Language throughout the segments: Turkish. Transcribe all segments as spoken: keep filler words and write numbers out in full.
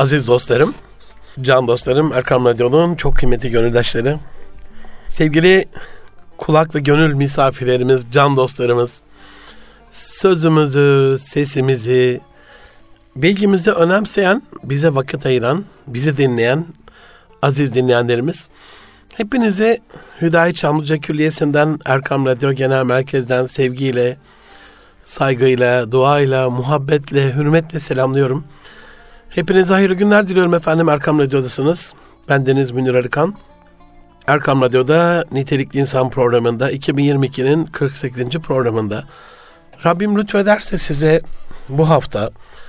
Aziz dostlarım, can dostlarım, Erkam Radyo'nun çok kıymetli gönüldaşları, sevgili kulak ve gönül misafirlerimiz, can dostlarımız, sözümüzü, sesimizi, bilgimizi önemseyen, bize vakit ayıran, bizi dinleyen aziz dinleyenlerimiz, hepinize Hüdayi Çamlıca Külliyesi'nden, Erkam Radyo Genel Merkez'den sevgiyle, saygıyla, duayla, muhabbetle, hürmetle selamlıyorum. Hepinize hayırlı günler diliyorum efendim. Erkam Radyo'dasınız. Ben Deniz Münir Arıkan. Erkam Radyo'da Nitelikli İnsan programında iki bin yirmi ikinin kırk sekizinci programında Rabbim lütfederse size bu hafta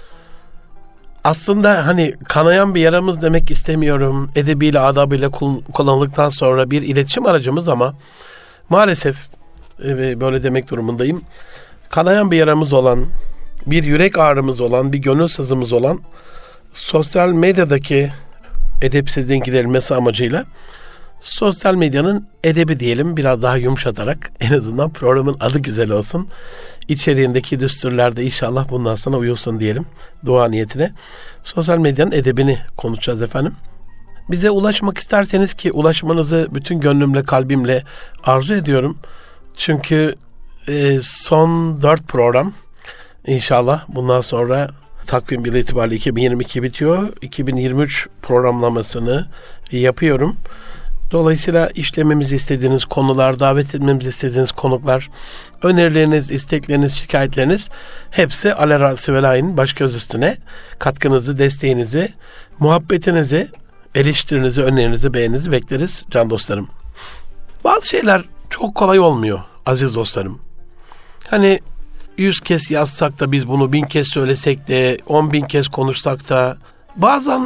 aslında hani kanayan bir yaramız demek istemiyorum. Edebiyle, adabıyla kullanıldıktan sonra bir iletişim aracımız ama maalesef böyle demek durumundayım. Kanayan bir yaramız olan, bir yürek ağrımız olan, bir gönül sızımız olan sosyal medyadaki edepsizliğin giderilmesi amacıyla sosyal medyanın edebi diyelim, biraz daha yumuşatarak, en azından programın adı güzel olsun. İçeriğindeki düsturlarda inşallah bundan sonra uyulsun diyelim, dua niyetine. Sosyal medyanın edebini konuşacağız efendim. Bize ulaşmak isterseniz, ki ulaşmanızı bütün gönlümle, kalbimle arzu ediyorum. Çünkü e, son dört program inşallah bundan sonra takvim yılı itibariyle iki bin yirmi iki bitiyor. iki bin yirmi üç programlamasını yapıyorum. Dolayısıyla işlememizi istediğiniz konular, davet etmemizi istediğiniz konuklar, önerileriniz, istekleriniz, şikayetleriniz hepsi alelâsî ve lâin baş göz üstüne. Katkınızı, desteğinizi, muhabbetinizi, eleştirinizi, önerinizi, beğeninizi bekleriz can dostlarım. Bazı şeyler çok kolay olmuyor aziz dostlarım. Hani yüz kez yazsak da biz bunu bin kez söylesek de, on bin kez konuşsak da, bazen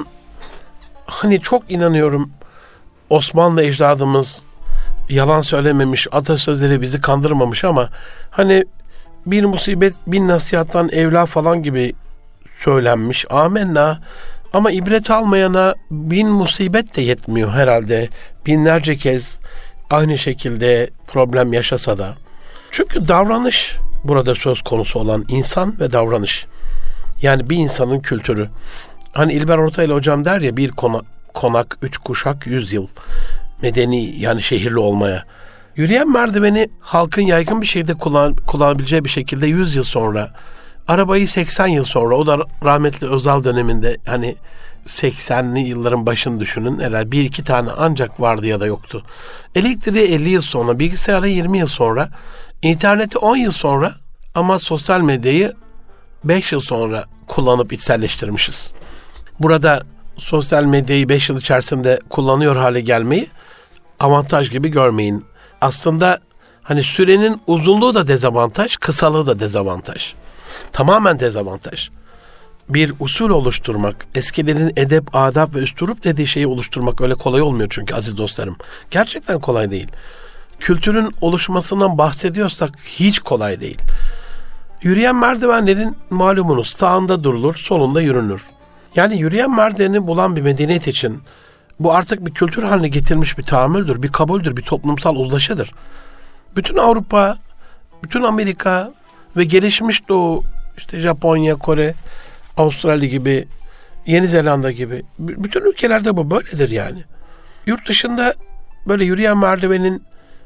hani çok inanıyorum Osmanlı ecdadımız yalan söylememiş, atasözleri bizi kandırmamış ama hani bir musibet bin nasihattan evla falan gibi söylenmiş. Amenna. Ama ibret almayana bin musibet de yetmiyor herhalde. Binlerce kez aynı şekilde problem yaşasa da. Çünkü davranış burada söz konusu olan, insan ve davranış. Yani bir insanın kültürü. Hani İlber Ortaylı hocam der ya, bir konak, konak üç kuşak yüz yıl medeni, yani şehirli olmaya. Yürüyen merdiveni halkın yaygın bir şekilde kullan, kullanabileceği bir şekilde yüz yıl sonra, arabayı seksen yıl sonra, o da rahmetli Özal döneminde, hani seksenli yılların başını düşünün, herhalde bir iki tane ancak vardı ya da yoktu. Elektriği elli yıl sonra, bilgisayarı yirmi yıl sonra, interneti on yıl sonra ama sosyal medyayı beş yıl sonra kullanıp içselleştirmişiz. Burada sosyal medyayı beş yıl içerisinde kullanıyor hale gelmeyi avantaj gibi görmeyin. Aslında hani sürenin uzunluğu da dezavantaj, kısalığı da dezavantaj. Tamamen dezavantaj. Bir usul oluşturmak, eskilerin edep, adab ve üsturup dediği şeyi oluşturmak öyle kolay olmuyor çünkü aziz dostlarım. Gerçekten kolay değil. Kültürün oluşmasından bahsediyorsak hiç kolay değil. Yürüyen merdivenlerin malumunuz sağında durulur, solunda yürünür. Yani yürüyen merdiveni bulan bir medeniyet için bu artık bir kültür haline getirilmiş bir tahammüldür, bir kabuldür, bir toplumsal uzlaşıdır. Bütün Avrupa, bütün Amerika ve gelişmiş Doğu, işte Japonya, Kore, Avustralya gibi, Yeni Zelanda gibi bütün ülkelerde bu böyledir yani. Yurt dışında böyle yürüyen merdivenin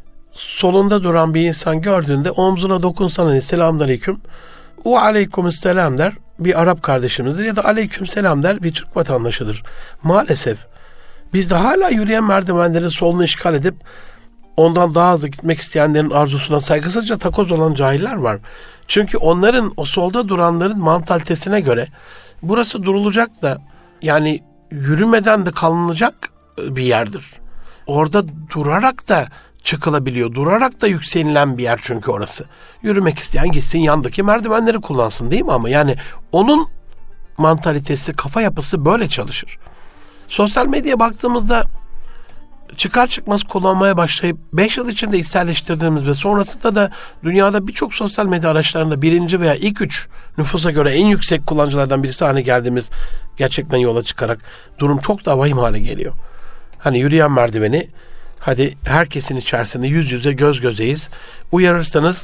solunda duran bir insan gördüğünde omzuna dokunsan hani selamünaleyküm, ve aleykümselam der bir Arap kardeşimizdir ya da aleykümselam der bir Türk vatandaşıdır. Maalesef biz de hala yürüyen merdivenlerin solunu işgal edip ondan daha hızlı gitmek isteyenlerin arzusuna saygısızca takoz olan cahiller var. Çünkü onların, o solda duranların mantalitesine göre burası durulacak da, yani yürümeden de kalınacak bir yerdir. Orada durarak da çıkılabiliyor. Durarak da yükselilen bir yer çünkü orası. Yürümek isteyen gitsin yandaki merdivenleri kullansın, değil mi ama? Yani onun mantalitesi, kafa yapısı böyle çalışır. Sosyal medyaya baktığımızda çıkar çıkmaz kullanmaya başlayıp beş yıl içinde içselleştirdiğimiz ve sonrasında da dünyada birçok sosyal medya araçlarında birinci veya ilk üç nüfusa göre en yüksek kullanıcılardan birisi haline geldiğimiz gerçekten yola çıkarak durum çok daha vahim hale geliyor. Hani yürüyen merdiveni, hadi herkesin içerisinde yüz yüze göz gözeyiz, uyarırsanız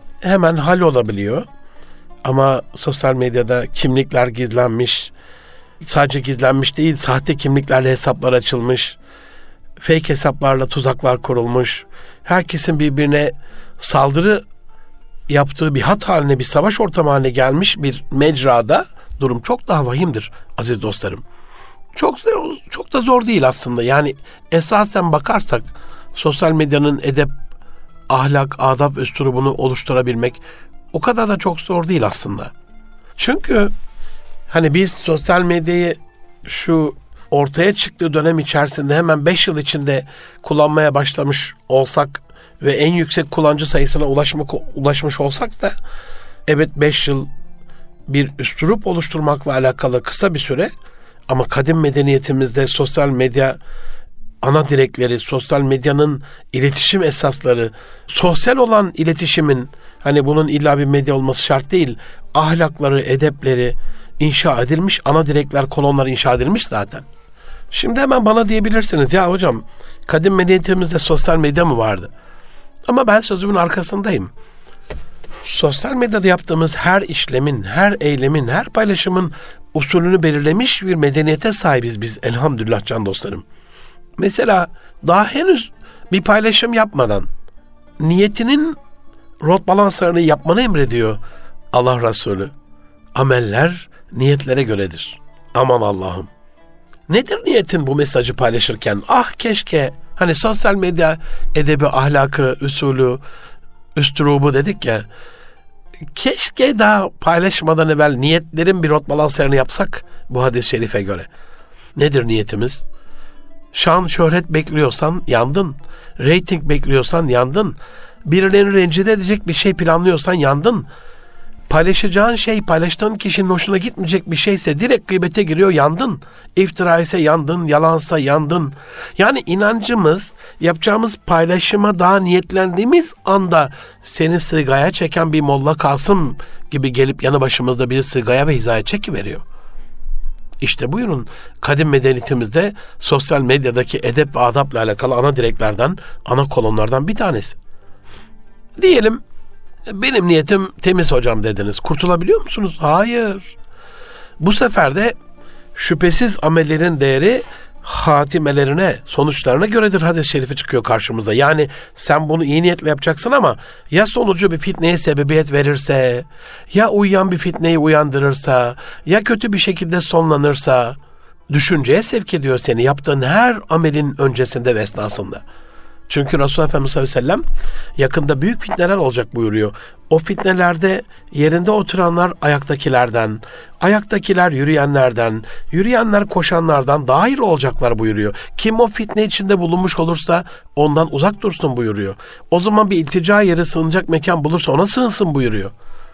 hemen hal olabiliyor. Ama sosyal medyada kimlikler gizlenmiş, sadece gizlenmiş değil, sahte kimliklerle hesaplar açılmış, fake hesaplarla tuzaklar kurulmuş, herkesin birbirine saldırı yaptığı bir hat haline, bir savaş ortamı haline gelmiş bir mecrada durum çok daha vahimdir aziz dostlarım. Çok çok da zor değil aslında. Yani esasen bakarsak sosyal medyanın edep, ahlak, adab üslubunu oluşturabilmek o kadar da çok zor değil aslında. Çünkü hani biz sosyal medyayı şu ortaya çıktığı dönem içerisinde hemen beş yıl içinde kullanmaya başlamış olsak ve en yüksek kullanıcı sayısına ulaşmak, ulaşmış olsak da evet beş yıl bir üslup oluşturmakla alakalı kısa bir süre, ama kadim medeniyetimizde sosyal medya ana direkleri, sosyal medyanın iletişim esasları, sosyal olan iletişimin, hani bunun illa bir medya olması şart değil, ahlakları, edepleri inşa edilmiş, ana direkler, kolonlar inşa edilmiş zaten. Şimdi hemen bana diyebilirsiniz, ya hocam kadim medeniyetimizde sosyal medya mı vardı? Ama ben sözümün arkasındayım. Sosyal medyada yaptığımız her işlemin, her eylemin, her paylaşımın usulünü belirlemiş bir medeniyete sahibiz biz elhamdülillah can dostlarım. Mesela daha henüz bir paylaşım yapmadan niyetinin rot balanslarını yapmanı emrediyor Allah Resulü. Ameller niyetlere göredir. Aman Allah'ım. Nedir niyetin bu mesajı paylaşırken? Ah keşke hani sosyal medya edebi, ahlakı, usulü, üslubu dedik ya. Keşke daha paylaşmadan evvel niyetlerin bir rot balanslarını yapsak bu hadis-i şerife göre. Nedir niyetimiz? Şan, şöhret bekliyorsan yandın. Rating bekliyorsan yandın. Birilerini rencide edecek bir şey planlıyorsan yandın. Paylaşacağın şey, paylaştığın kişinin hoşuna gitmeyecek bir şeyse direkt gıybete giriyor, yandın. İftira ise yandın, yalansa yandın. Yani inancımız, yapacağımız paylaşıma daha niyetlendiğimiz anda seni sırgaya çeken bir Molla Kasım gibi gelip yanı başımızda bir sırgaya ve hizaya çekiveriyor. İşte buyurun, kadim medeniyetimizde sosyal medyadaki edep ve adapla alakalı ana direklerden, ana kolonlardan bir tanesi. Diyelim benim niyetim temiz hocam dediniz. Kurtulabiliyor musunuz? Hayır. Bu sefer de şüphesiz amellerin değeri hatimelerine, sonuçlarına göredir hadis-i şerifi çıkıyor karşımıza. Yani sen bunu iyi niyetle yapacaksın ama ya sonucu bir fitneye sebebiyet verirse, ya uyuyan bir fitneyi uyandırırsa, ya kötü bir şekilde sonlanırsa, düşünceye sevk ediyor seni yaptığın her amelin öncesinde ve esnasında. Çünkü Resulullah Efendimiz sallallahu aleyhi ve sellem yakında büyük fitneler olacak buyuruyor. O fitnelerde yerinde oturanlar ayaktakilerden, ayaktakiler yürüyenlerden, yürüyenler koşanlardan daha hayırlı olacaklar buyuruyor. Kim o fitne içinde bulunmuş olursa ondan uzak dursun buyuruyor. O zaman bir iltica yeri, sığınacak mekan bulursa ona sığınsın buyuruyor.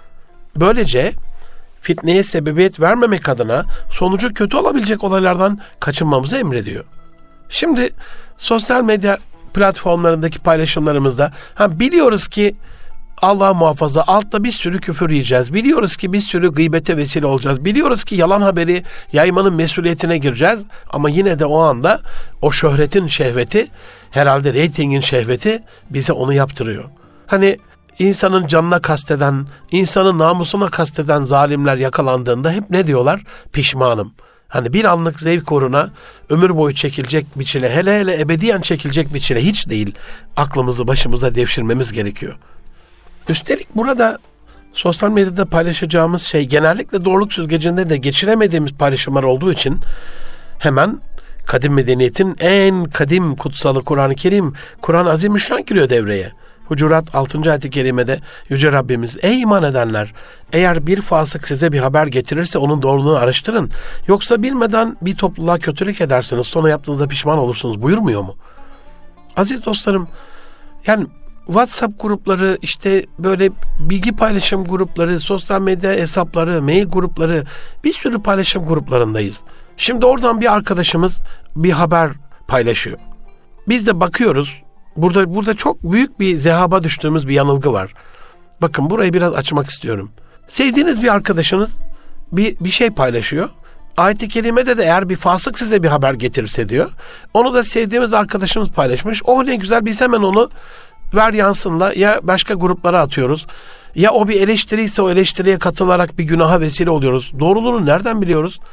Böylece fitneye sebebiyet vermemek adına sonucu kötü olabilecek olaylardan kaçınmamızı emrediyor. Şimdi sosyal medya platformlarındaki paylaşımlarımızda ha, biliyoruz ki Allah muhafaza altta bir sürü küfür yiyeceğiz. Biliyoruz ki bir sürü gıybete vesile olacağız. Biliyoruz ki yalan haberi yaymanın mesuliyetine gireceğiz. Ama yine de o anda o şöhretin şehveti, herhalde reytingin şehveti bize onu yaptırıyor. Hani insanın canına kasteden, insanın namusuna kasteden zalimler yakalandığında hep ne diyorlar? Pişmanım. Hani bir anlık zevk uğruna ömür boyu çekilecek bir çile, hele hele ebediyen çekilecek bir çile hiç değil. Aklımızı başımıza devşirmemiz gerekiyor. Üstelik burada sosyal medyada paylaşacağımız şey genellikle doğruluk süzgecinde de geçiremediğimiz paylaşımlar olduğu için hemen kadim medeniyetin en kadim kutsalı Kur'an-ı Kerim, Kur'an-ı Azimüşşan giriyor devreye. Hucurat altıncı ayet-i kerimede Yüce Rabbimiz, ey iman edenler, eğer bir fasık size bir haber getirirse onun doğruluğunu araştırın. Yoksa bilmeden bir topluluğa kötülük edersiniz, sonra yaptığınızda pişman olursunuz buyurmuyor mu? Aziz dostlarım, yani WhatsApp grupları, işte böyle bilgi paylaşım grupları, sosyal medya hesapları, mail grupları, bir sürü paylaşım gruplarındayız. Şimdi oradan bir arkadaşımız bir haber paylaşıyor. Biz de bakıyoruz. Burada burada çok büyük bir zehaba düştüğümüz bir yanılgı var. Bakın burayı biraz açmak istiyorum. Sevdiğiniz bir arkadaşınız bir bir şey paylaşıyor. Ayet-i kerimede de eğer bir fasık size bir haber getirirse diyor. Onu da sevdiğimiz arkadaşımız paylaşmış. Oh ne güzel, biz hemen onu ver yansınla ya başka gruplara atıyoruz. Ya o bir eleştiriyse o eleştiriye katılarak bir günaha vesile oluyoruz. Doğruluğunu nereden biliyoruz?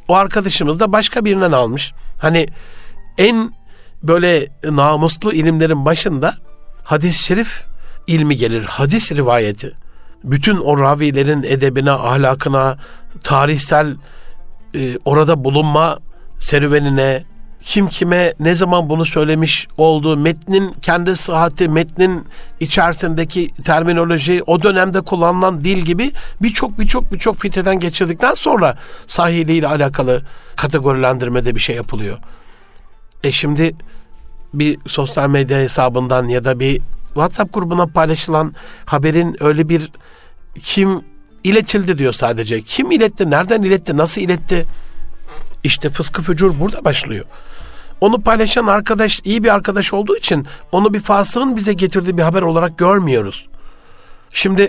O arkadaşımız da başka birinden almış. Hani en böyle namuslu ilimlerin başında hadis-i şerif ilmi gelir. Hadis rivayeti. Bütün o ravilerin edebine, ahlakına, tarihsel e, orada bulunma serüvenine, kim kime ne zaman bunu söylemiş olduğu, metnin kendi sıhhati, metnin içerisindeki terminoloji, o dönemde kullanılan dil gibi birçok birçok birçok filtreden geçirdikten sonra sahihliğiyle alakalı kategorilendirmede bir şey yapılıyor. E şimdi bir sosyal medya hesabından ya da bir WhatsApp grubuna paylaşılan haberin öyle bir kim iletildi diyor sadece. Kim iletti, nereden iletti, nasıl iletti? İşte fıskı fücur burada başlıyor. Onu paylaşan arkadaş iyi bir arkadaş olduğu için onu bir fasığın bize getirdiği bir haber olarak görmüyoruz. Şimdi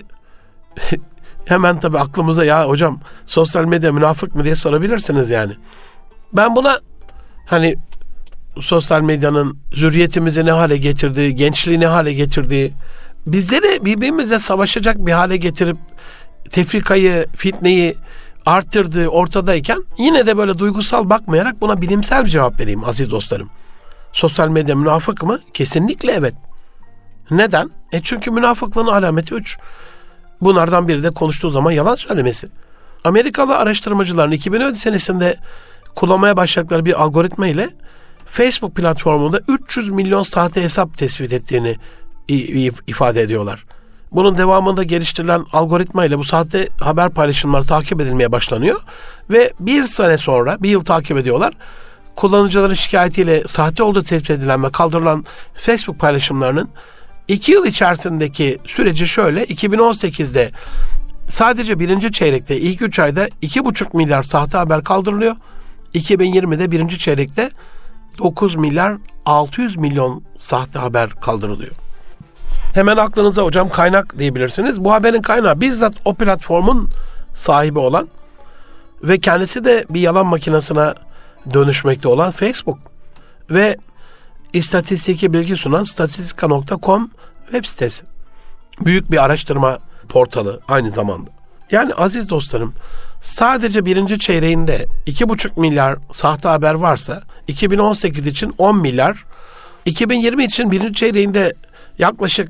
hemen tabii aklımıza ya hocam sosyal medya münafık mı diye sorabilirsiniz yani. Ben buna hani sosyal medyanın zürriyetimizi ne hale getirdiği, gençliği ne hale getirdiği, bizleri birbirimizle savaşacak bir hale getirip tefrikayı, fitneyi arttırdığı ortadayken yine de böyle duygusal bakmayarak buna bilimsel bir cevap vereyim aziz dostlarım. Sosyal medya münafık mı? Kesinlikle evet. Neden? E çünkü münafıklığın alameti üç. Bunlardan biri de konuştuğu zaman yalan söylemesi. Amerikalı araştırmacıların iki bin on senesinde kullanmaya başladıkları bir algoritma ile Facebook platformunda üç yüz milyon sahte hesap tespit ettiğini ifade ediyorlar. Bunun devamında geliştirilen algoritma ile bu sahte haber paylaşımları takip edilmeye başlanıyor ve bir sene sonra, bir yıl takip ediyorlar. Kullanıcıların şikayetiyle sahte olduğu tespit edilen ve kaldırılan Facebook paylaşımlarının iki yıl içerisindeki süreci şöyle: iki bin on sekizde sadece birinci çeyrekte ilk üç ayda iki buçuk milyar sahte haber kaldırılıyor. iki bin yirmide birinci çeyrekte dokuz milyar altı yüz milyon sahte haber kaldırılıyor. Hemen aklınıza hocam kaynak diyebilirsiniz. Bu haberin kaynağı bizzat o platformun sahibi olan ve kendisi de bir yalan makinesine dönüşmekte olan Facebook ve istatistiki bilgi sunan statistika nokta com web sitesi. Büyük bir araştırma portalı aynı zamanda. Yani aziz dostlarım, sadece birinci çeyreğinde iki buçuk milyar sahte haber varsa iki bin on sekiz için on milyar, iki bin yirmi için birinci çeyreğinde yaklaşık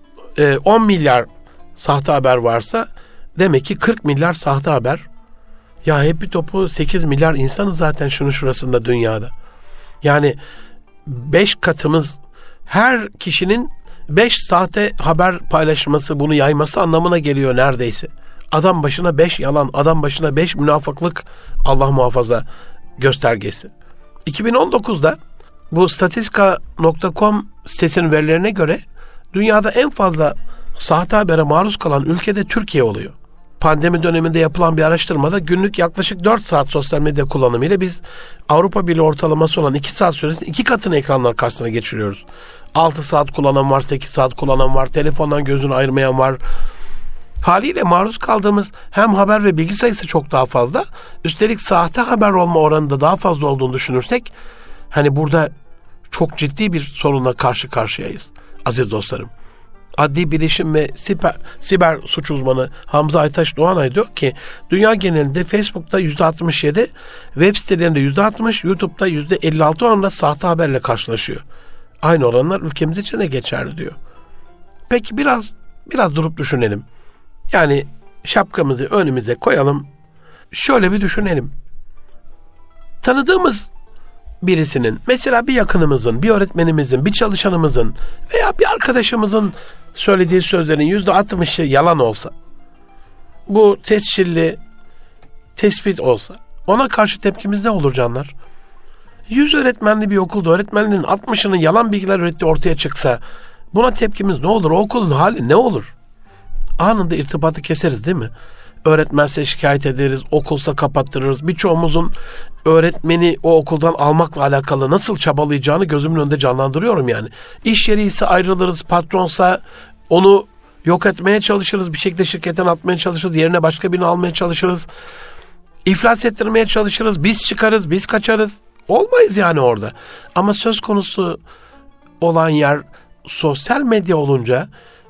on milyar sahte haber varsa demek ki kırk milyar sahte haber. Ya hep bir topu sekiz milyar insanız zaten şunun şurasında dünyada. Yani beş katımız, her kişinin beş sahte haber paylaşması, bunu yayması anlamına geliyor neredeyse. Adam başına beş yalan, adam başına beş münafıklık, Allah muhafaza, göstergesi. iki bin on dokuzda bu statistika nokta com sitesinin verilerine göre dünyada en fazla sahte habere maruz kalan ülkede Türkiye oluyor. Pandemi döneminde yapılan bir araştırmada günlük yaklaşık dört saat sosyal medya kullanımıyla biz Avrupa Birliği ortalaması olan iki saat süresinde iki katını ekranlar karşısına geçiriyoruz. altı saat kullanan var, sekiz saat kullanan var, telefondan gözünü ayırmayan var. Haliyle maruz kaldığımız hem haber ve bilgi sayısı çok daha fazla. Üstelik sahte haber olma oranı da daha fazla olduğunu düşünürsek hani burada çok ciddi bir sorunla karşı karşıyayız aziz dostlarım. Adli Bilişim ve Siber, Siber Suç Uzmanı Hamza Aytaş Doğanay diyor ki dünya genelinde Facebook'ta yüzde altmış yedi, web sitelerinde yüzde altmış, YouTube'da yüzde elli altı oranında sahte haberle karşılaşıyor. Aynı oranlar ülkemiz için de geçerli diyor. Peki biraz biraz durup düşünelim. Yani şapkamızı önümüze koyalım. Şöyle bir düşünelim. Tanıdığımız birisinin, mesela bir yakınımızın, bir öğretmenimizin, bir çalışanımızın veya bir arkadaşımızın söylediği sözlerin yüzde altmışı yalan olsa, bu tescilli tespit olsa, ona karşı tepkimiz ne olur canlar? yüz öğretmenli bir okulda öğretmenlerin altmışının yalan bilgiler ürettiği ortaya çıksa, buna tepkimiz ne olur? O okulun hali ne olur? Anında irtibatı keseriz değil mi? Öğretmense şikayet ederiz, okulsa kapattırırız. Birçoğumuzun öğretmeni o okuldan almakla alakalı nasıl çabalayacağını gözümün önünde canlandırıyorum yani. İş yeri ise ayrılırız, patronsa onu yok etmeye çalışırız, bir şekilde şirketten atmaya çalışırız, yerine başka birini almaya çalışırız. İflas ettirmeye çalışırız, biz çıkarız, biz kaçarız. Olmayız yani orada. Ama söz konusu olan yer sosyal medya olunca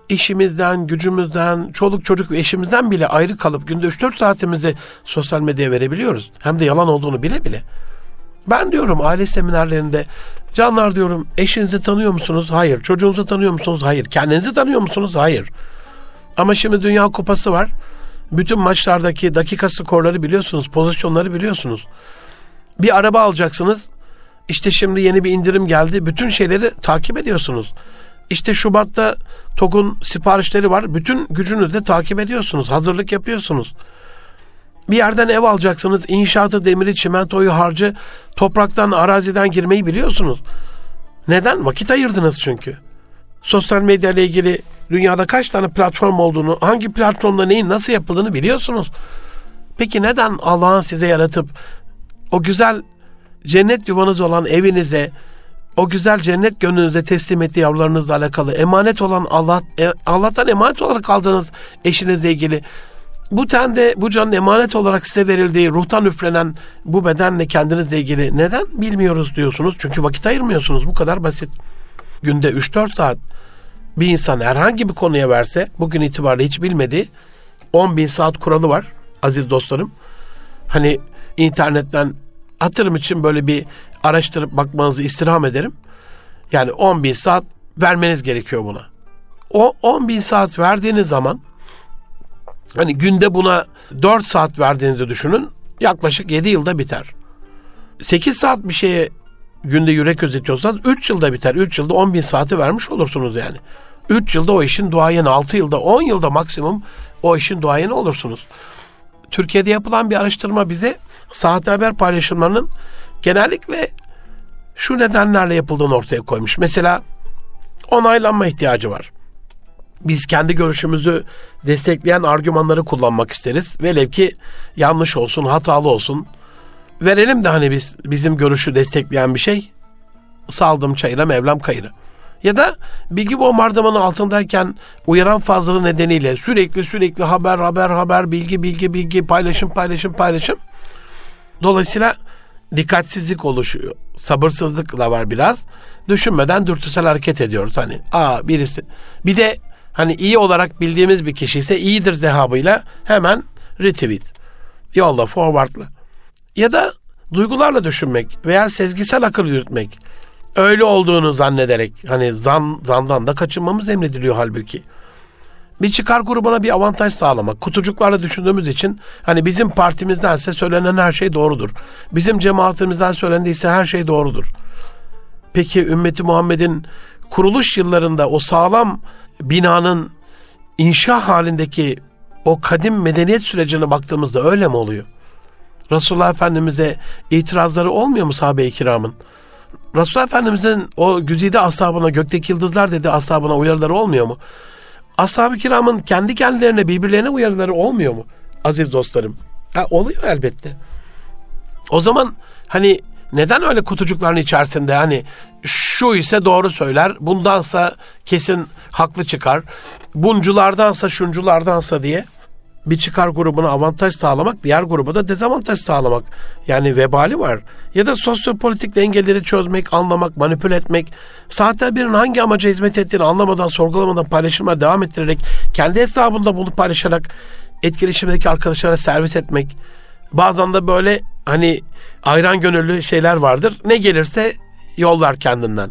işimizden, gücümüzden, çoluk çocuk ve eşimizden bile ayrı kalıp günde üç dört saatimizi sosyal medyaya verebiliyoruz. Hem de yalan olduğunu bile bile. Ben diyorum aile seminerlerinde, canlar diyorum, eşinizi tanıyor musunuz? Hayır. Çocuğunuzu tanıyor musunuz? Hayır. Kendinizi tanıyor musunuz? Hayır. Ama şimdi Dünya Kupası var. Bütün maçlardaki dakika skorları biliyorsunuz, pozisyonları biliyorsunuz. Bir araba alacaksınız. İşte şimdi yeni bir indirim geldi. Bütün şeyleri takip ediyorsunuz. İşte Şubat'ta TOG'un siparişleri var. Bütün gücünüzle takip ediyorsunuz. Hazırlık yapıyorsunuz. Bir yerden ev alacaksınız. İnşaatı, demiri, çimentoyu, harcı, topraktan, araziden girmeyi biliyorsunuz. Neden? Vakit ayırdınız çünkü. Sosyal medya ile ilgili dünyada kaç tane platform olduğunu, hangi platformda neyin nasıl yapıldığını biliyorsunuz. Peki neden Allah'ın size yaratıp o güzel cennet yuvanız olan evinize, o güzel cennet gönlünüze teslim ettiği yavrularınızla alakalı emanet olan Allah, Allah'tan emanet olarak aldığınız eşinizle ilgili, bu tende, bu canın emanet olarak size verildiği, ruhtan üflenen bu bedenle kendinizle ilgili neden bilmiyoruz diyorsunuz? Çünkü vakit ayırmıyorsunuz. Bu kadar basit. Günde üç dört saat bir insan herhangi bir konuya verse, bugün itibariyle hiç bilmediği on bin saat kuralı var aziz dostlarım. Hani internetten hatırım için böyle bir araştırıp bakmanızı istirham ederim. Yani on bin saat vermeniz gerekiyor buna. O on bin saat verdiğiniz zaman, hani günde buna dört saat verdiğinizi düşünün, yaklaşık yedi yılda biter. sekiz saat bir şeye günde yürek gözetiyorsanız üç yılda biter. üç yılda on bin saati vermiş olursunuz yani. üç yılda o işin duayeni, altı yılda, on yılda maksimum o işin duayeni olursunuz. Türkiye'de yapılan bir araştırma bize sahte haber paylaşımlarının genellikle şu nedenlerle yapıldığını ortaya koymuş. Mesela onaylanma ihtiyacı var. Biz kendi görüşümüzü destekleyen argümanları kullanmak isteriz. Velev ki yanlış olsun, hatalı olsun. Verelim de hani biz bizim görüşü destekleyen bir şey. Saldım çayıra, Mevlam kayıra. Ya da bilgi bombardımanı altındayken uyaran fazlalığı nedeniyle sürekli sürekli haber haber haber, bilgi bilgi bilgi, paylaşım paylaşım paylaşım. Dolayısıyla dikkatsizlik oluşuyor. Sabırsızlık da var biraz. Düşünmeden dürtüsel hareket ediyoruz. Hani aa birisi. Bir de hani iyi olarak bildiğimiz bir kişi ise iyidir zehabıyla hemen retweet. Yolla, forwardla. Ya da duygularla düşünmek veya sezgisel akıl yürütmek. Öyle olduğunu zannederek, hani zan, zandan da kaçınmamız emrediliyor halbuki. Bir çıkar grubuna bir avantaj sağlamak. Kutucuklarla düşündüğümüz için hani bizim partimizdense söylenen her şey doğrudur. Bizim cemaatimizden söylendiyse her şey doğrudur. Peki ümmeti Muhammed'in kuruluş yıllarında o sağlam binanın inşa halindeki o kadim medeniyet sürecine baktığımızda öyle mi oluyor? Resulullah Efendimiz'e itirazları olmuyor mu sahabe-i kiramın? Resulullah Efendimiz'in o güzide ashabına, gökteki yıldızlar dedi ashabına uyarıları olmuyor mu? Ashab-ı kiramın kendi kendilerine, birbirlerine uyarıları olmuyor mu aziz dostlarım? Ha, oluyor elbette. O zaman hani neden öyle kutucukların içerisinde hani şu ise doğru söyler, bundansa kesin haklı çıkar, bunculardansa şunculardansa diye bir çıkar grubuna avantaj sağlamak, diğer gruba da dezavantaj sağlamak. Yani vebali var. Ya da sosyopolitik dengeleri çözmek, anlamak, manipüle etmek, sahte haberin hangi amaca hizmet ettiğini anlamadan, sorgulamadan paylaşımlar devam ettirerek, kendi hesabında bunu paylaşarak etkileşimdeki arkadaşlara servis etmek. Bazen de böyle hani ayran gönüllü şeyler vardır. Ne gelirse yollar kendinden.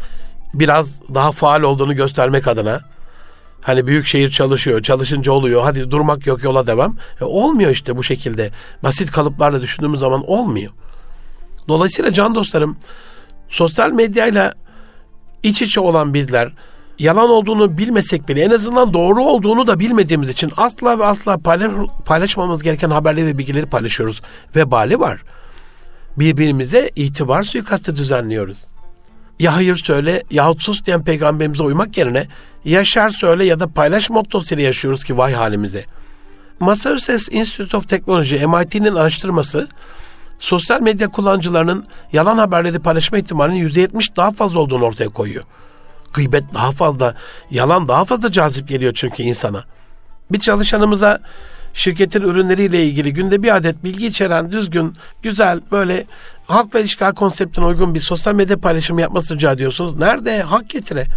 Biraz daha faal olduğunu göstermek adına. Hani büyük şehir çalışıyor, çalışınca oluyor, hadi durmak yok, yola devam. E olmuyor işte bu şekilde. Basit kalıplarla düşündüğümüz zaman olmuyor. Dolayısıyla can dostlarım, sosyal medyayla iç içe olan bizler, yalan olduğunu bilmesek bile en azından doğru olduğunu da bilmediğimiz için asla ve asla paylaş, paylaşmamamız gereken haberleri ve bilgileri paylaşıyoruz. Vebali var. Birbirimize itibar suikastı düzenliyoruz. Ya hayır söyle yahut sus diyen peygamberimize uymak yerine yaşar söyle ya da paylaş mottosuyla yaşıyoruz ki vay halimize. Massachusetts Institute of Technology, M I T'nin araştırması sosyal medya kullanıcılarının yalan haberleri paylaşma ihtimalinin yüzde yetmiş daha fazla olduğunu ortaya koyuyor. Gıybet daha fazla, yalan daha fazla cazip geliyor çünkü insana. Bir çalışanımıza şirketin ürünleriyle ilgili günde bir adet bilgi içeren, düzgün, güzel, böyle halkla ilişkiler konseptine uygun bir sosyal medya paylaşımı yapması rica ediyorsunuz. Nerede? Hak getire.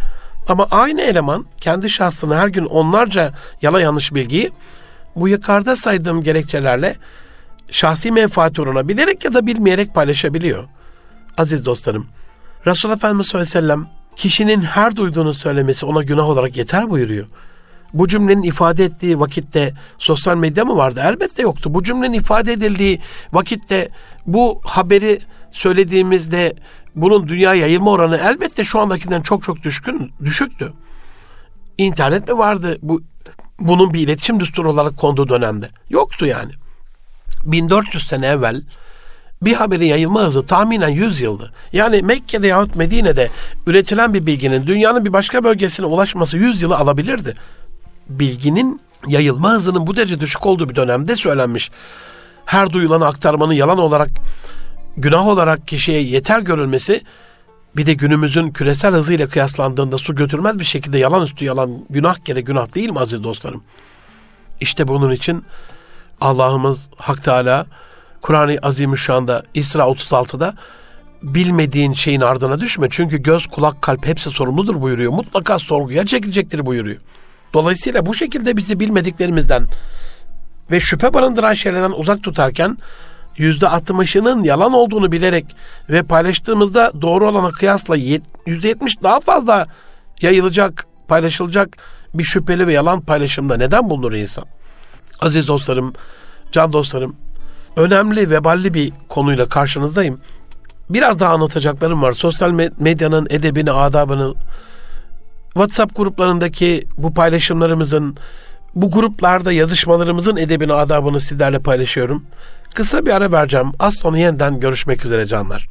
Ama aynı eleman kendi şahsına her gün onlarca yalan yanlış bilgiyi bu yukarıda saydığım gerekçelerle şahsi menfaat uğruna bilerek ya da bilmeyerek paylaşabiliyor. Aziz dostlarım, Resulullah Efendimiz sallallahu aleyhi ve sellem kişinin her duyduğunu söylemesi ona günah olarak yeter buyuruyor. Bu cümlenin ifade ettiği vakitte sosyal medya mı vardı? Elbette yoktu. Bu cümlenin ifade edildiği vakitte bu haberi söylediğimizde bunun dünya yayılma oranı elbette şu andakinden çok çok düşkün, düşüktü. İnternet mi vardı bu bunun bir iletişim düsturu olarak konduğu dönemde? Yoktu yani. bin dört yüz sene evvel bir haberin yayılma hızı tahminen yüz yıldı. Yani Mekke'de yahut Medine'de üretilen bir bilginin dünyanın bir başka bölgesine ulaşması yüz yılı alabilirdi. Bilginin yayılma hızının bu derece düşük olduğu bir dönemde söylenmiş. Her duyulanı aktarmanın yalan olarak, günah olarak kişiye yeter görülmesi, bir de günümüzün küresel hızıyla kıyaslandığında su götürmez bir şekilde yalan üstü yalan, günah kere günah değil mi aziz dostlarım? İşte bunun için Allah'ımız Hak Teala Kur'an-ı Azimüşşan'da İsra otuz altıda bilmediğin şeyin ardına düşme. Çünkü göz, kulak, kalp hepsi sorumludur buyuruyor. Mutlaka sorguya çekilecektir buyuruyor. Dolayısıyla bu şekilde bizi bilmediklerimizden ve şüphe barındıran şeylerden uzak tutarken yüzde altmışının yalan olduğunu bilerek ve paylaştığımızda doğru olana kıyasla yüzde yetmiş daha fazla yayılacak, paylaşılacak bir şüpheli ve yalan paylaşımda neden bulunur insan? Aziz dostlarım, can dostlarım, önemli, veballi bir konuyla karşınızdayım. Biraz daha anlatacaklarım var. Sosyal medyanın edebini, adabını, WhatsApp gruplarındaki bu paylaşımlarımızın, bu gruplarda yazışmalarımızın edebini, adabını sizlerle paylaşıyorum. Kısa bir ara vereceğim. Az sonra yeniden görüşmek üzere canlar.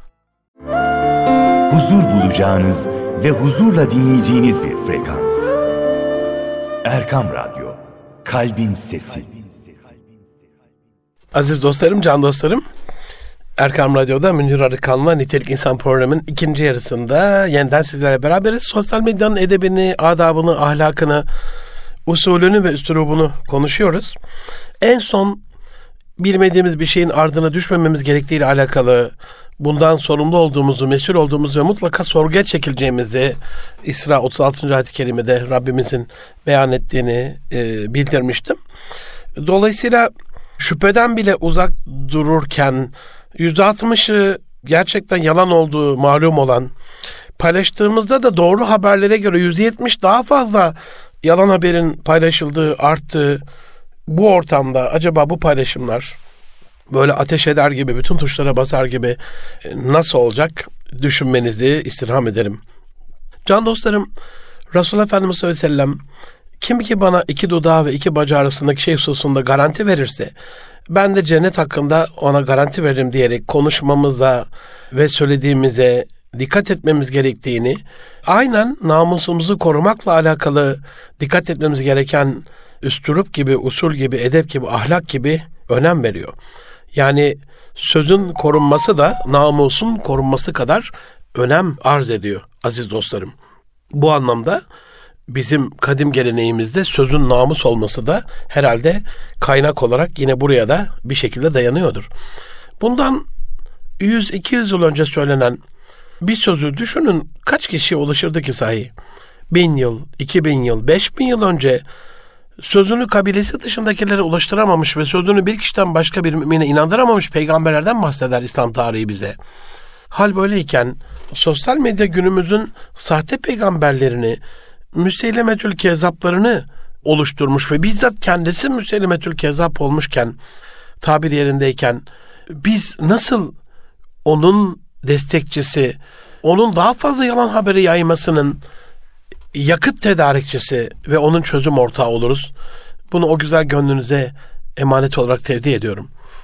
Huzur bulacağınız ve huzurla dinleyeceğiniz bir frekans. Erkam Radyo, Kalbin Sesi. Aziz dostlarım, can dostlarım, Erkam Radyo'da Münir Arıkan'la Nitelik İnsan programının ikinci yarısında yeniden sizlerle beraberiz. Sosyal medyanın edebini, adabını, ahlakını, usulünü ve üslubunu konuşuyoruz. En son bilmediğimiz bir şeyin ardına düşmememiz gerektiğiyle alakalı, bundan sorumlu olduğumuzu, mesul olduğumuzu ve mutlaka sorguya çekileceğimizi İsra otuz altıncı ayet-i kerimede Rabbimizin beyan ettiğini e, bildirmiştim. Dolayısıyla şüpheden bile uzak dururken yüzde altmışı gerçekten yalan olduğu malum olan, paylaştığımızda da doğru haberlere göre yüzde yetmiş daha fazla yalan haberin paylaşıldığı, arttığı bu ortamda acaba bu paylaşımlar böyle ateş eder gibi, bütün tuşlara basar gibi nasıl olacak düşünmenizi istirham ederim. Can dostlarım, Resulullah Efendimiz sallallahu aleyhi ve sellem kim ki bana iki dudağı ve iki bacağı arasındaki şey hususunda garanti verirse ben de cennet hakkında ona garanti veririm diyerek konuşmamıza ve söylediğimize dikkat etmemiz gerektiğini, aynen namusumuzu korumakla alakalı dikkat etmemiz gereken üslup gibi, usul gibi, edep gibi, ahlak gibi önem veriyor. Yani sözün korunması da namusun korunması kadar önem arz ediyor aziz dostlarım. Bu anlamda bizim kadim geleneğimizde sözün namus olması da herhalde kaynak olarak yine buraya da bir şekilde dayanıyordur. Bundan yüz iki yüz yıl önce söylenen bir sözü düşünün, kaç kişiye ulaşırdı ki sahi? Bin yıl, iki bin yıl, beş bin yıl önce sözünü kabilesi dışındakilere ulaştıramamış ve sözünü bir kişiden başka bir mümine inandıramamış peygamberlerden bahseder İslam tarihi bize. Hal böyleyken sosyal medya günümüzün sahte peygamberlerini, Müseylemetül Kezzaplarını oluşturmuş ve bizzat kendisi Müseylemetül Kezzap olmuşken, tabir yerindeyken biz nasıl onun destekçisi, onun daha fazla yalan haberi yaymasının yakıt tedarikçisi ve onun çözüm ortağı oluruz? Bunu o güzel gönlünüze emanet olarak tevdi ediyorum.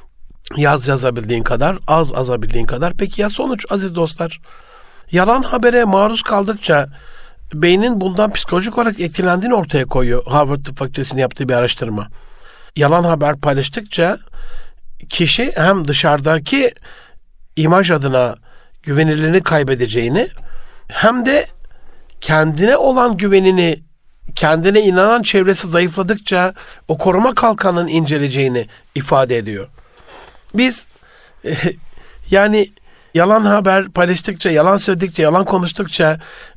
Yaz yazabildiğin kadar, az azabildiğin kadar. Peki ya sonuç aziz dostlar? Yalan habere maruz kaldıkça beynin bundan psikolojik olarak etkilendiğini ortaya koyuyor Harvard Tıp Fakültesi'nin yaptığı bir araştırma. Yalan haber paylaştıkça kişi hem dışarıdaki imaj adına güvenilirliğini kaybedeceğini hem de kendine olan güvenini, kendine inanan çevresi zayıfladıkça o koruma kalkanının inceleyeceğini ifade ediyor. Biz yani yalan haber paylaştıkça, yalan söyledikçe, yalan konuştukça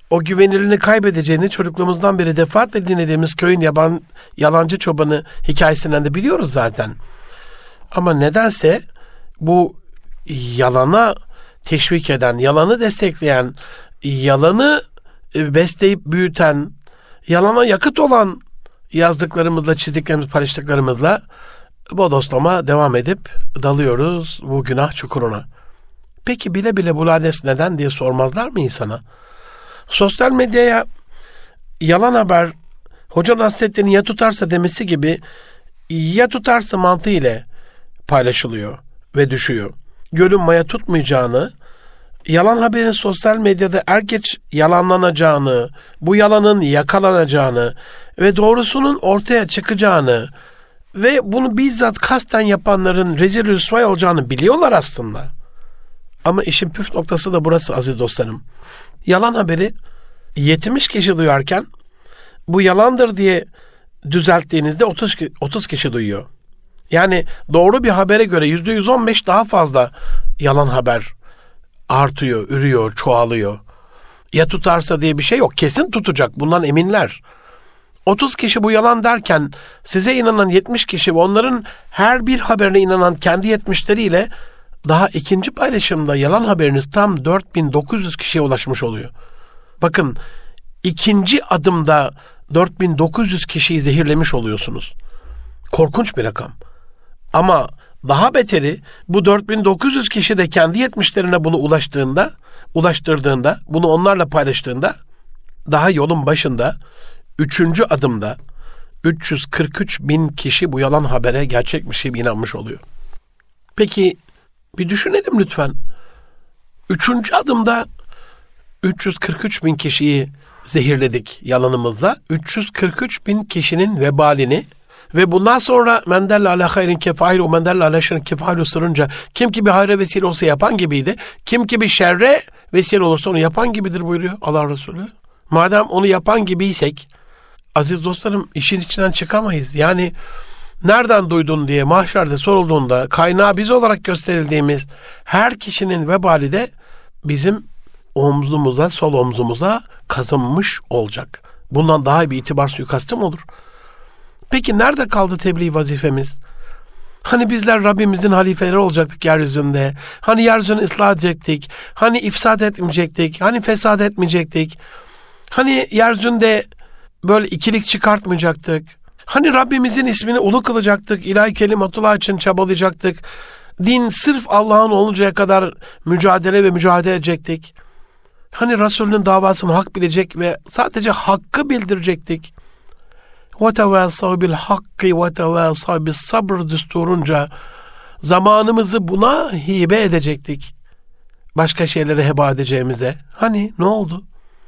o güvenilini kaybedeceğini çocukluğumuzdan beri defaatle dinlediğimiz köyün yaban, yalancı çobanı hikayesinden de biliyoruz zaten. Ama nedense bu yalana teşvik eden, yalanı destekleyen, yalanı besleyip büyüten, yalana yakıt olan yazdıklarımızla, çizdiklerimiz, paylaştıklarımızla bodoslama devam edip dalıyoruz bu günah çukuruna. Peki bile bile bu lades neden diye sormazlar mı insana? Sosyal medyaya yalan haber Hoca Nasrettin'in ya tutarsa demesi gibi ya tutarsa mantığı ile paylaşılıyor ve düşüyor. Gölün maya tutmayacağını, yalan haberin sosyal medyada er geç yalanlanacağını, bu yalanın yakalanacağını ve doğrusunun ortaya çıkacağını ve bunu bizzat kasten yapanların rezil rüsvay olacağını biliyorlar aslında. Ama işin püf noktası da burası aziz dostlarım. Yalan haberi yetmiş kişi duyarken bu yalandır diye düzelttiğinizde otuz kişi duyuyor. Yani doğru bir habere göre yüzde yüz on beş daha fazla yalan haber artıyor, ürüyor, çoğalıyor. Ya tutarsa diye bir şey yok. Kesin tutacak. Bundan eminler. otuz kişi bu yalan derken size inanan yetmiş kişi ve onların her bir haberine inanan kendi yetmişleriyle daha ikinci paylaşımda yalan haberiniz tam dört bin dokuz yüz kişiye ulaşmış oluyor. Bakın ikinci adımda dört bin dokuz yüz kişiyi zehirlemiş oluyorsunuz. Korkunç bir rakam. Ama daha beteri bu dört bin dokuz yüz kişi de kendi yetmişlerine bunu ulaştığında, ulaştırdığında, bunu onlarla paylaştığında daha yolun başında üçüncü adımda üç yüz kırk üç bin kişi bu yalan habere gerçekmiş gibi inanmış oluyor. Peki bir düşünelim lütfen. Üçüncü adımda üç yüz kırk üç bin kişiyi zehirledik yalanımızla. üç yüz kırk üç bin kişinin vebalini ve bundan sonra men delle ala hayrin kefailu men delle ala şerrin kefailu sırrınca kim ki bir hayra vesile olsa yapan gibiydi. Kim ki bir şerre vesile olursa onu yapan gibidir buyuruyor Allah Resulü. Madem onu yapan gibiysek aziz dostlarım işin içinden çıkamayız. Yani nereden duydun diye mahşerde sorulduğunda kaynağı biz olarak gösterildiğimiz her kişinin vebali de bizim omzumuza, sol omzumuza kazınmış olacak. Bundan daha bir itibar suikastı mı olur? Peki nerede kaldı tebliğ vazifemiz? Hani bizler Rabbimizin halifeleri olacaktık yeryüzünde. Hani yeryüzünü ıslah edecektik. Hani ifsad etmeyecektik. Hani fesat etmeyecektik. Hani yeryüzünde böyle ikilik çıkartmayacaktık. Hani Rabbimizin ismini ulu kılacaktık. İlahi kelimatullah için çabalayacaktık. Din sırf Allah'ın oluncaya kadar mücadele ve mücadele edecektik. Hani Resulünün davasını hak bilecek ve sadece hakkı bildirecektik. وَتَوَاسَوْ بِالْحَقِّ وَتَوَاسَوْ بِالصَّبْرِ düsturunca zamanımızı buna hibe edecektik. Başka şeylere heba edeceğimize. Hani ne oldu?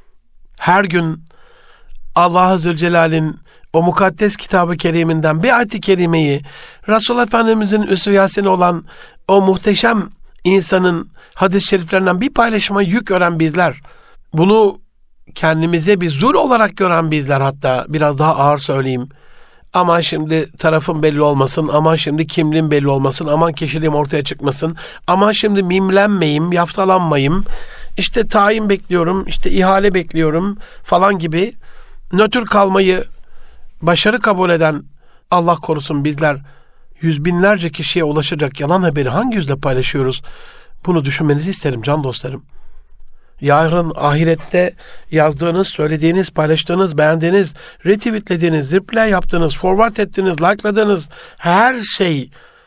Her gün Allah-u Zülcelal'in o mukaddes kitabı keriminden bir ayet-i kerimeyi Resulullah Efendimizin üsve-i olan o muhteşem insanın hadis-i şeriflerinden bir paylaşıma yük gören bizler, bunu kendimize bir zul olarak gören bizler, hatta biraz daha ağır söyleyeyim, aman şimdi tarafım belli olmasın, aman şimdi kimliğim belli olmasın, aman kişiliğim ortaya çıkmasın, aman şimdi mimlenmeyeyim, yaftalanmayayım, işte tayin bekliyorum, işte ihale bekliyorum falan gibi nötr kalmayı başarı kabul eden, Allah korusun bizler yüz binlerce kişiye ulaşacak yalan haberi hangi yüzle paylaşıyoruz? Bunu düşünmenizi isterim can dostlarım. Yarın ahirette yazdığınız, söylediğiniz, paylaştığınız, beğendiğiniz, retweetlediğiniz, reply yaptığınız, forward ettiğiniz, like'ladığınız her şey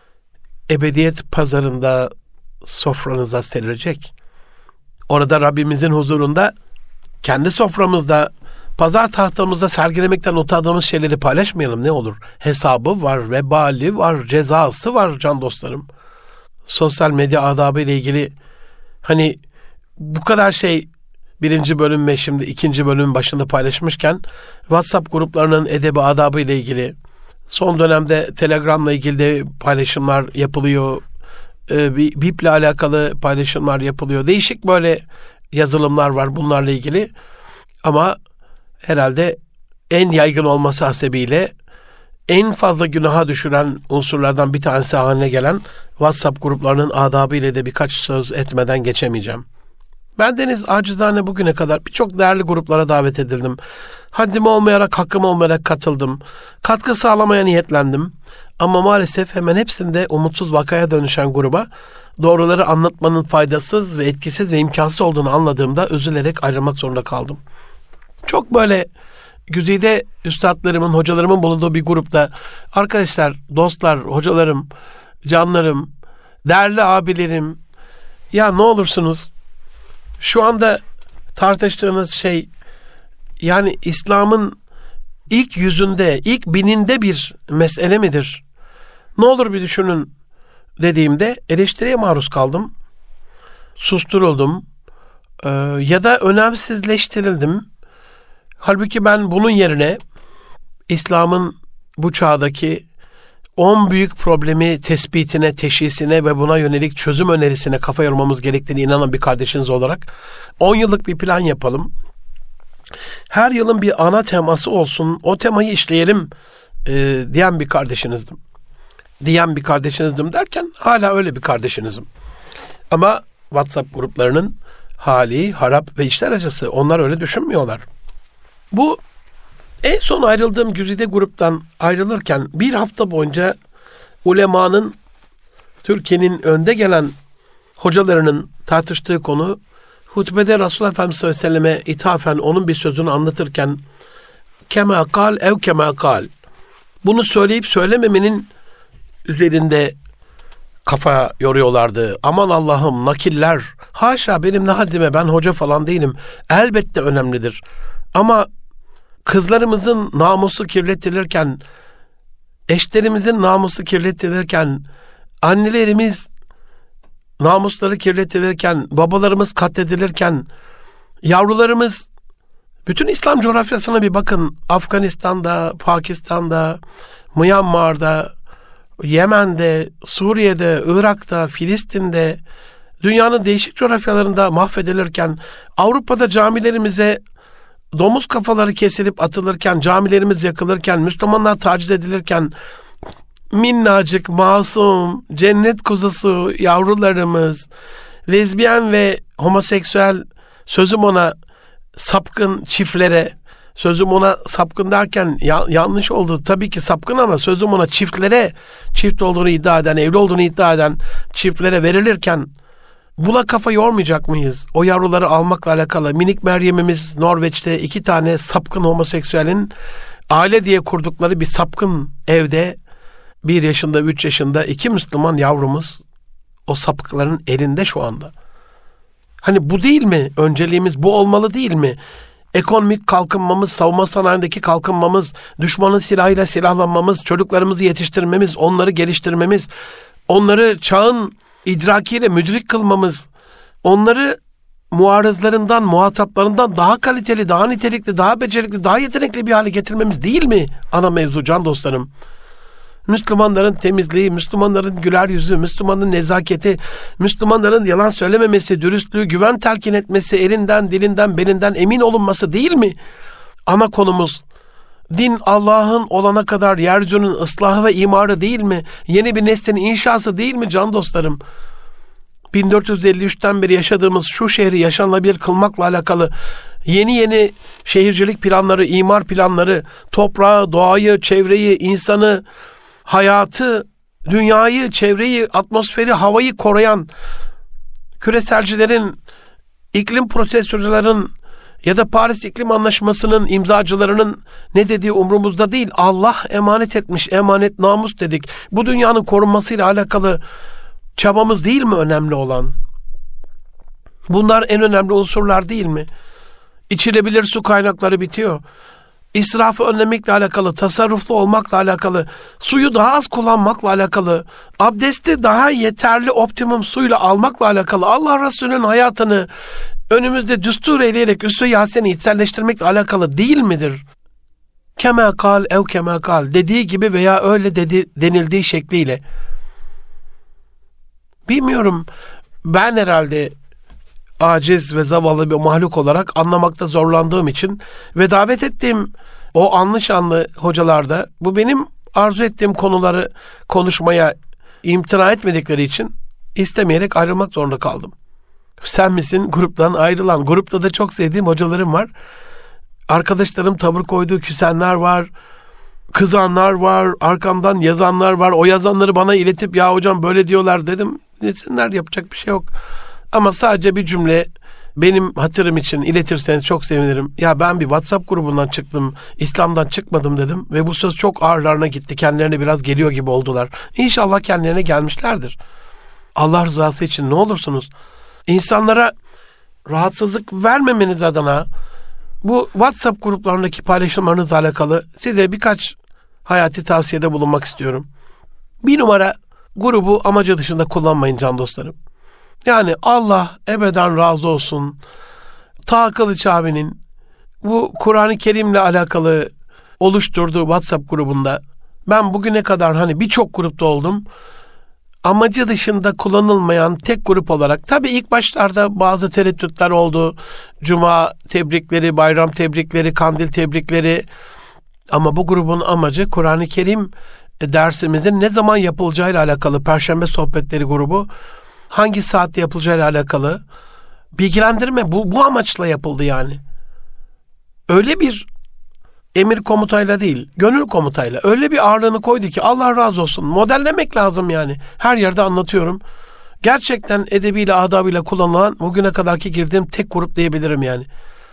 ebediyet pazarında sofranıza serilecek. Orada Rabbimizin huzurunda kendi soframızda, pazar tahtamızda sergilemekten utandığımız şeyleri paylaşmayalım, ne olur? Hesabı var, vebali var, cezası var can dostlarım. Sosyal medya adabı ile ilgili hani bu kadar şey birinci bölüm ve şimdi ikinci bölümün başında paylaşmışken WhatsApp gruplarının edebi adabı ile ilgili son dönemde Telegram'la ilgili de paylaşımlar yapılıyor. Ee, B İ P ile alakalı paylaşımlar yapılıyor. Değişik böyle yazılımlar var bunlarla ilgili. Ama herhalde en yaygın olması hasebiyle en fazla günaha düşüren unsurlardan bir tanesi haline gelen WhatsApp gruplarının adabı ile de birkaç söz etmeden geçemeyeceğim. Ben deniz acizane bugüne kadar birçok değerli gruplara davet edildim. Haddim olmayarak, hakkım olmayarak katıldım. Katkı sağlamaya niyetlendim. Ama maalesef hemen hepsinde umutsuz vakaya dönüşen gruba doğruları anlatmanın faydasız ve etkisiz ve imkansız olduğunu anladığımda üzülerek ayrılmak zorunda kaldım. Çok böyle güzide üstadlarımın, hocalarımın bulunduğu bir grupta arkadaşlar, dostlar, hocalarım, canlarım, değerli abilerim, ya ne olursunuz şu anda tartıştığınız şey yani İslam'ın ilk yüzünde, ilk bininde bir mesele midir? Ne olur bir düşünün dediğimde eleştiriye maruz kaldım. Susturuldum. Ee, ya da önemsizleştirildim. Halbuki ben bunun yerine İslam'ın bu çağdaki on büyük problemi tespitine, teşhisine ve buna yönelik çözüm önerisine kafa yormamız gerektiğine inanan bir kardeşiniz olarak on yıllık bir plan yapalım. Her yılın bir ana teması olsun, o temayı işleyelim e, diyen bir kardeşinizdim. Diyen bir kardeşinizdim derken hala öyle bir kardeşinizim. Ama WhatsApp gruplarının hali, harap ve işler acısı. Onlar öyle düşünmüyorlar. Bu en son ayrıldığım güzide gruptan ayrılırken bir hafta boyunca ulemanın, Türkiye'nin önde gelen hocalarının tartıştığı konu, hutbede Resulullah Efendimiz sallallahu aleyhi ve selleme ithafen onun bir sözünü anlatırken kema kal ev kema kal, bunu söyleyip söylememenin üzerinde kafa yoruyorlardı. Aman Allah'ım, nakiller, haşa benim ne haddime, ben hoca falan değilim. Elbette önemlidir. Ama kızlarımızın namusu kirletilirken, eşlerimizin namusu kirletilirken, annelerimiz namusları kirletilirken, babalarımız katledilirken, yavrularımız, bütün İslam coğrafyasına bir bakın. Afganistan'da, Pakistan'da, Myanmar'da, Yemen'de, Suriye'de, Irak'ta, Filistin'de, dünyanın değişik coğrafyalarında mahvedilirken, Avrupa'da camilerimize domuz kafaları kesilip atılırken, camilerimiz yakılırken, Müslümanlar taciz edilirken, minnacık, masum, cennet kuzusu yavrularımız, lezbiyen ve homoseksüel, sözüm ona sapkın çiftlere, sözüm ona sapkın derken ya, yanlış oldu. Tabii ki sapkın ama sözüm ona çiftlere, çift olduğunu iddia eden, evli olduğunu iddia eden çiftlere verilirken buna kafa yormayacak mıyız? O yavruları almakla alakalı. Minik Meryem'imiz Norveç'te iki tane sapkın homoseksüelin aile diye kurdukları bir sapkın evde bir yaşında, üç yaşında iki Müslüman yavrumuz o sapıkların elinde şu anda. Hani bu değil mi? Önceliğimiz bu olmalı değil mi? Ekonomik kalkınmamız, savunma sanayindeki kalkınmamız, düşmanın silahıyla silahlanmamız, çocuklarımızı yetiştirmemiz, onları geliştirmemiz, onları çağın idrakiyle müdrik kılmamız, onları muarızlarından, muhataplarından daha kaliteli, daha nitelikli, daha becerikli, daha yetenekli bir hale getirmemiz değil mi? Ana mevzu can dostlarım. Müslümanların temizliği, Müslümanların güler yüzü, Müslümanın nezaketi, Müslümanların yalan söylememesi, dürüstlüğü, güven telkin etmesi, elinden, dilinden, belinden emin olunması değil mi? Ana konumuz. Din Allah'ın olana kadar yeryüzünün ıslahı ve imarı değil mi? Yeni bir neslin inşası değil mi can dostlarım? bin dört yüz elli üçten beri yaşadığımız şu şehri yaşanılabilir kılmakla alakalı yeni yeni şehircilik planları, imar planları, toprağı, doğayı, çevreyi, insanı, hayatı, dünyayı, çevreyi, atmosferi, havayı koruyan küreselcilerin, iklim protestörlerin ya da Paris İklim Anlaşması'nın imzacılarının ne dediği umrumuzda değil. Allah emanet etmiş, emanet namus dedik. Bu dünyanın korunmasıyla alakalı çabamız değil mi önemli olan? Bunlar en önemli unsurlar değil mi? İçilebilir su kaynakları bitiyor. İsrafı önlemekle alakalı, tasarruflu olmakla alakalı, suyu daha az kullanmakla alakalı, abdesti daha yeterli optimum suyla almakla alakalı, Allah Resulü'nün hayatını önümüzde düstur eyleyerek Üsve-i Yasin'i içselleştirmekle alakalı değil midir? Kema kal ev kema kal dediği gibi veya öyle dedi, denildiği şekliyle. Bilmiyorum, ben herhalde aciz ve zavallı bir mahluk olarak anlamakta zorlandığım için ve davet ettiğim o anlı şanlı hocalarda bu benim arzu ettiğim konuları konuşmaya imtina etmedikleri için istemeyerek ayrılmak zorunda kaldım. Sen misin gruptan ayrılan? Grupta da çok sevdiğim hocalarım var. Arkadaşlarım tavır koyduğu küsenler var. Kızanlar var. Arkamdan yazanlar var. O yazanları bana iletip ya hocam böyle diyorlar dedim. Desinler, yapacak bir şey yok. Ama sadece bir cümle benim hatırım için iletirseniz çok sevinirim. Ya ben bir WhatsApp grubundan çıktım, İslam'dan çıkmadım dedim ve bu söz çok ağırlarına gitti. Kendilerine biraz geliyor gibi oldular. İnşallah kendilerine gelmişlerdir. Allah rızası için ne olursunuz İnsanlara rahatsızlık vermemeniz adına bu WhatsApp gruplarındaki paylaşımlarınızla alakalı size birkaç hayati tavsiyede bulunmak istiyorum. Bir numara, grubu amacı dışında kullanmayın can dostlarım. Yani Allah ebeden razı olsun. Ta Kılıç abinin bu Kur'an-ı Kerim'le alakalı oluşturduğu WhatsApp grubunda ben bugüne kadar hani birçok grupta oldum. Amacı dışında kullanılmayan tek grup olarak, tabii ilk başlarda bazı tereddütler oldu. Cuma tebrikleri, bayram tebrikleri, kandil tebrikleri. Ama bu grubun amacı Kur'an-ı Kerim dersimizin ne zaman yapılacağıyla alakalı, Perşembe sohbetleri grubu hangi saatte yapılacağıyla alakalı bilgilendirme. Bu, bu amaçla yapıldı yani. Öyle bir emir komutayla değil, gönül komutayla öyle bir ağırlığını koydu ki Allah razı olsun. Modellemek lazım yani. Her yerde anlatıyorum. Gerçekten edebiyle, adabıyla kullanılan bugüne kadarki girdiğim tek grup diyebilirim yani.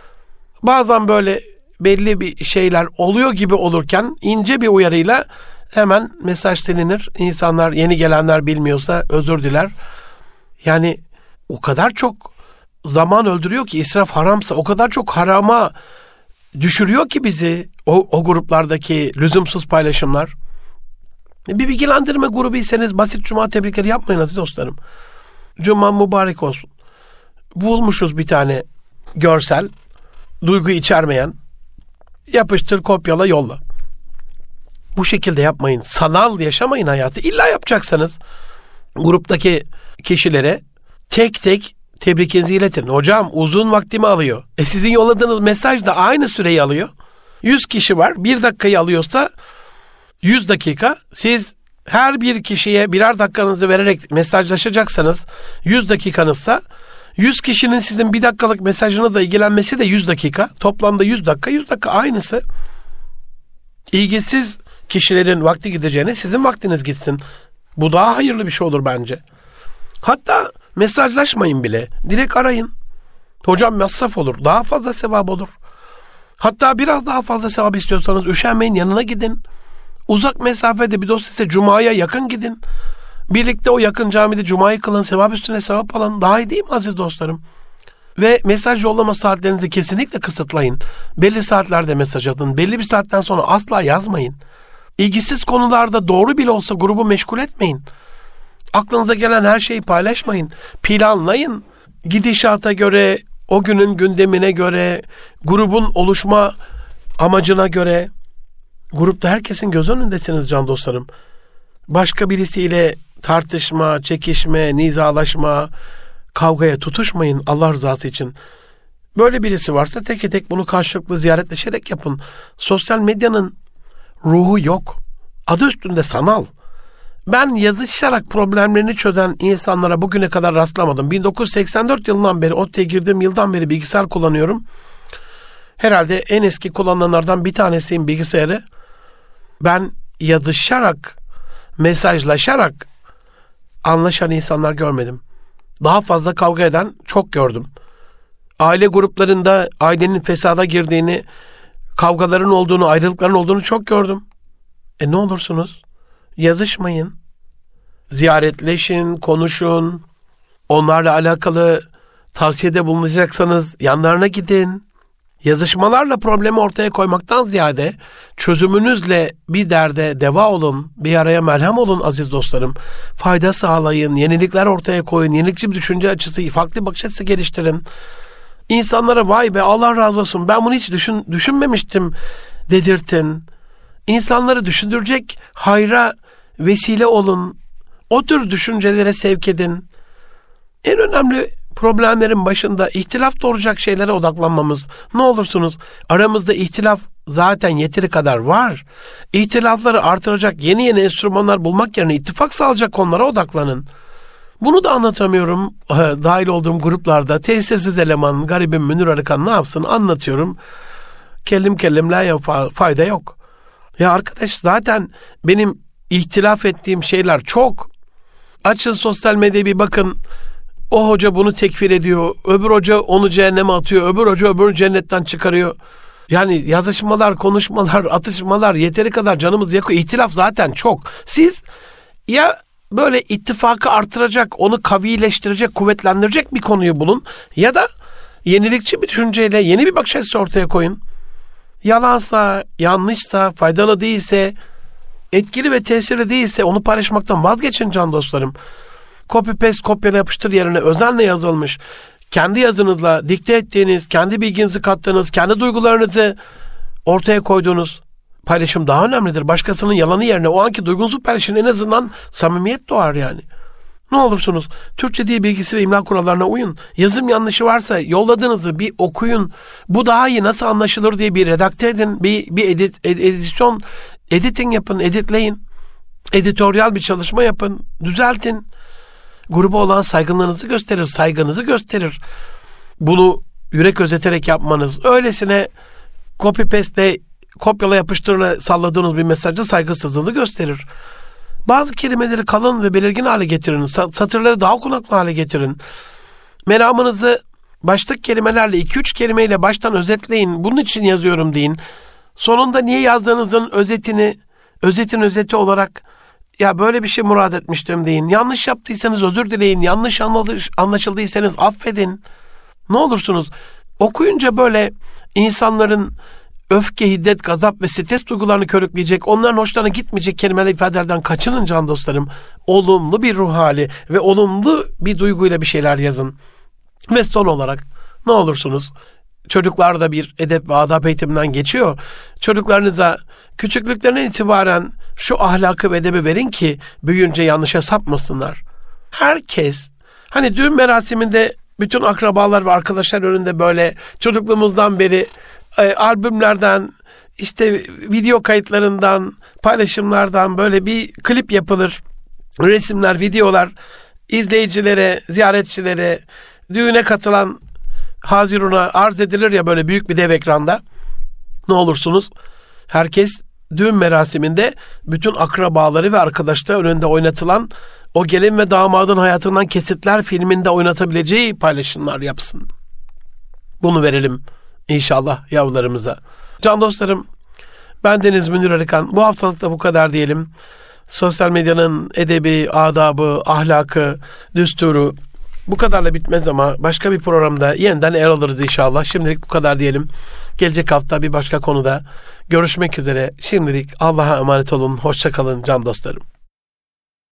Bazen böyle belli bir şeyler oluyor gibi olurken ince bir uyarıyla hemen mesaj silinir. İnsanlar, yeni gelenler bilmiyorsa özür diler. Yani o kadar çok zaman öldürüyor ki, israf haramsa o kadar çok harama düşürüyor ki bizi o, o gruplardaki lüzumsuz paylaşımlar. Bir bilgilendirme grubuysanız basit cuma tebrikleri yapmayın aziz dostlarım. Cuma mübarek olsun. Bulmuşuz bir tane görsel, duygu içermeyen, yapıştır, kopyala, yolla. Bu şekilde yapmayın. Sanal yaşamayın hayatı. İlla yapacaksanız gruptaki kişilere tek tek tebrikinizi iletin. Hocam uzun vaktimi alıyor. E sizin yolladığınız mesaj da aynı süreyi alıyor. yüz kişi var. bir dakikayı alıyorsa yüz dakika. Siz her bir kişiye birer dakikanızı vererek mesajlaşacaksanız yüz dakikanızsa yüz kişinin sizin bir dakikalık mesajınızla ilgilenmesi de yüz dakika. Toplamda yüz dakika. yüz dakika aynısı. İlgisiz kişilerin vakti gideceğine sizin vaktiniz gitsin. Bu daha hayırlı bir şey olur bence. Hatta mesajlaşmayın bile. Direkt arayın. Hocam masraf olur. Daha fazla sevap olur. Hatta biraz daha fazla sevap istiyorsanız üşenmeyin, yanına gidin. Uzak mesafede bir dost ise Cuma'ya yakın gidin. Birlikte o yakın camide Cuma'yı kılın. Sevap üstüne sevap alın. Daha iyi değil mi aziz dostlarım? Ve mesaj yollama saatlerinizi kesinlikle kısıtlayın. Belli saatlerde mesaj atın. Belli bir saatten sonra asla yazmayın. İlgisiz konularda doğru bile olsa grubu meşgul etmeyin. Aklınıza gelen her şeyi paylaşmayın. Planlayın. Gidişata göre, o günün gündemine göre, grubun oluşma amacına göre. Grupta herkesin göz önündesiniz can dostlarım. Başka birisiyle tartışma, çekişme, nizalaşma, kavgaya tutuşmayın Allah rızası için. Böyle birisi varsa tek tek bunu karşılıklı ziyaretleşerek yapın. Sosyal medyanın ruhu yok. Adı üstünde sanal. Ben yazışarak problemlerini çözen insanlara bugüne kadar rastlamadım. bin dokuz yüz seksen dört yılından beri, ODTÜ'ye girdiğim yıldan beri bilgisayar kullanıyorum. Herhalde en eski kullananlardan bir tanesiyim bilgisayarı. Ben yazışarak, mesajlaşarak anlaşan insanlar görmedim. Daha fazla kavga eden çok gördüm. Aile gruplarında ailenin fesada girdiğini, kavgaların olduğunu, ayrılıkların olduğunu çok gördüm. E ne olursunuz? Yazışmayın. Ziyaretleşin, konuşun. Onlarla alakalı tavsiyede bulunacaksanız yanlarına gidin. Yazışmalarla problemi ortaya koymaktan ziyade çözümünüzle bir derde deva olun, bir yaraya merhem olun aziz dostlarım. Fayda sağlayın, yenilikler ortaya koyun, yenilikçi bir düşünce açısı, farklı bakış açısı geliştirin. İnsanlara vay be Allah razı olsun ben bunu hiç düşün, düşünmemiştim dedirtin. İnsanları düşündürecek hayra vesile olun. O tür düşüncelere sevk edin. En önemli problemlerin başında ihtilaf doğuracak şeylere odaklanmamız. Ne olursunuz aramızda ihtilaf zaten yeteri kadar var. İhtilafları artıracak yeni yeni enstrümanlar bulmak yerine ittifak sağlayacak konulara odaklanın. Bunu da anlatamıyorum. Dahil olduğum gruplarda tesirsiz eleman, garibim Münir Arıkan ne yapsın anlatıyorum. Kellim kellim la fayda yok. Ya arkadaş zaten benim ihtilaf ettiğim şeyler çok. Açın sosyal medyaya bir bakın. O hoca bunu tekfir ediyor. Öbür hoca onu cehenneme atıyor. Öbür hoca öbürünü cennetten çıkarıyor. Yani yazışmalar, konuşmalar, atışmalar yeteri kadar canımız yakıyor. İhtilaf zaten çok. Siz ya böyle ittifakı artıracak, onu kavileştirecek, kuvvetlendirecek bir konuyu bulun. Ya da yenilikçi bir düşünceyle yeni bir bakış açısı ortaya koyun. Yalansa, yanlışsa, faydalı değilse, etkili ve tesirli değilse onu paylaşmaktan vazgeçin can dostlarım. Copy paste, kopyala yapıştır yerine özenle yazılmış, kendi yazınızla dikte ettiğiniz, kendi bilginizi kattığınız, kendi duygularınızı ortaya koyduğunuz paylaşım daha önemlidir. Başkasının yalanı yerine o anki duygunuzu paylaşın, en azından samimiyet doğar yani. Ne olursunuz Türkçe dil bilgisi ve imla kurallarına uyun. Yazım yanlışı varsa yolladığınızı bir okuyun. Bu daha iyi nasıl anlaşılır diye bir redakte edin. Bir, bir edit, ed, edisyon, editing yapın, editleyin. Editoryal bir çalışma yapın, düzeltin. Gruba olan saygınlığınızı gösterir, saygınızı gösterir. Bunu yürek özeterek yapmanız, öylesine copy paste'le, kopyala yapıştırla salladığınız bir mesajda saygısızlığını gösterir. Bazı kelimeleri kalın ve belirgin hale getirin. Satırları daha okunaklı hale getirin. Meramınızı başlık kelimelerle iki üç kelimeyle baştan özetleyin. Bunun için yazıyorum deyin. Sonunda niye yazdığınızın özetini, özetin özeti olarak ya böyle bir şey murad etmiştim deyin. Yanlış yaptıysanız özür dileyin. Yanlış anlaşıldıysanız affedin. Ne olursunuz okuyunca böyle insanların öfke, hiddet, gazap ve stres duygularını körükleyecek, onların hoşlarına gitmeyecek kelimeler ifadelerden kaçının can dostlarım. Olumlu bir ruh hali ve olumlu bir duyguyla bir şeyler yazın. Ve son olarak ne olursunuz çocuklar da bir edep ve adab eğitiminden geçiyor. Çocuklarınıza küçüklüklerinden itibaren şu ahlakı ve edebi verin ki büyüyünce yanlışa sapmasınlar. Herkes hani düğün merasiminde bütün akrabalar ve arkadaşlar önünde böyle çocukluğumuzdan beri e, albümlerden, işte video kayıtlarından, paylaşımlardan böyle bir klip yapılır. Resimler, videolar izleyicilere, ziyaretçilere, düğüne katılan Hazirun'a arz edilir ya böyle büyük bir dev ekranda. Ne olursunuz herkes düğün merasiminde bütün akrabaları ve arkadaşları önünde oynatılan o gelin ve damadın hayatından kesitler filminde oynatabileceği paylaşımlar yapsın. Bunu verelim İnşallah yavrularımıza. Can dostlarım, ben Deniz Münir Arıkan. Bu haftalık da bu kadar diyelim. Sosyal medyanın edebi, adabı, ahlakı, düsturu bu kadarla bitmez ama başka bir programda yeniden yer alırız inşallah. Şimdilik bu kadar diyelim. Gelecek hafta bir başka konuda görüşmek üzere. Şimdilik Allah'a emanet olun. Hoşça kalın can dostlarım.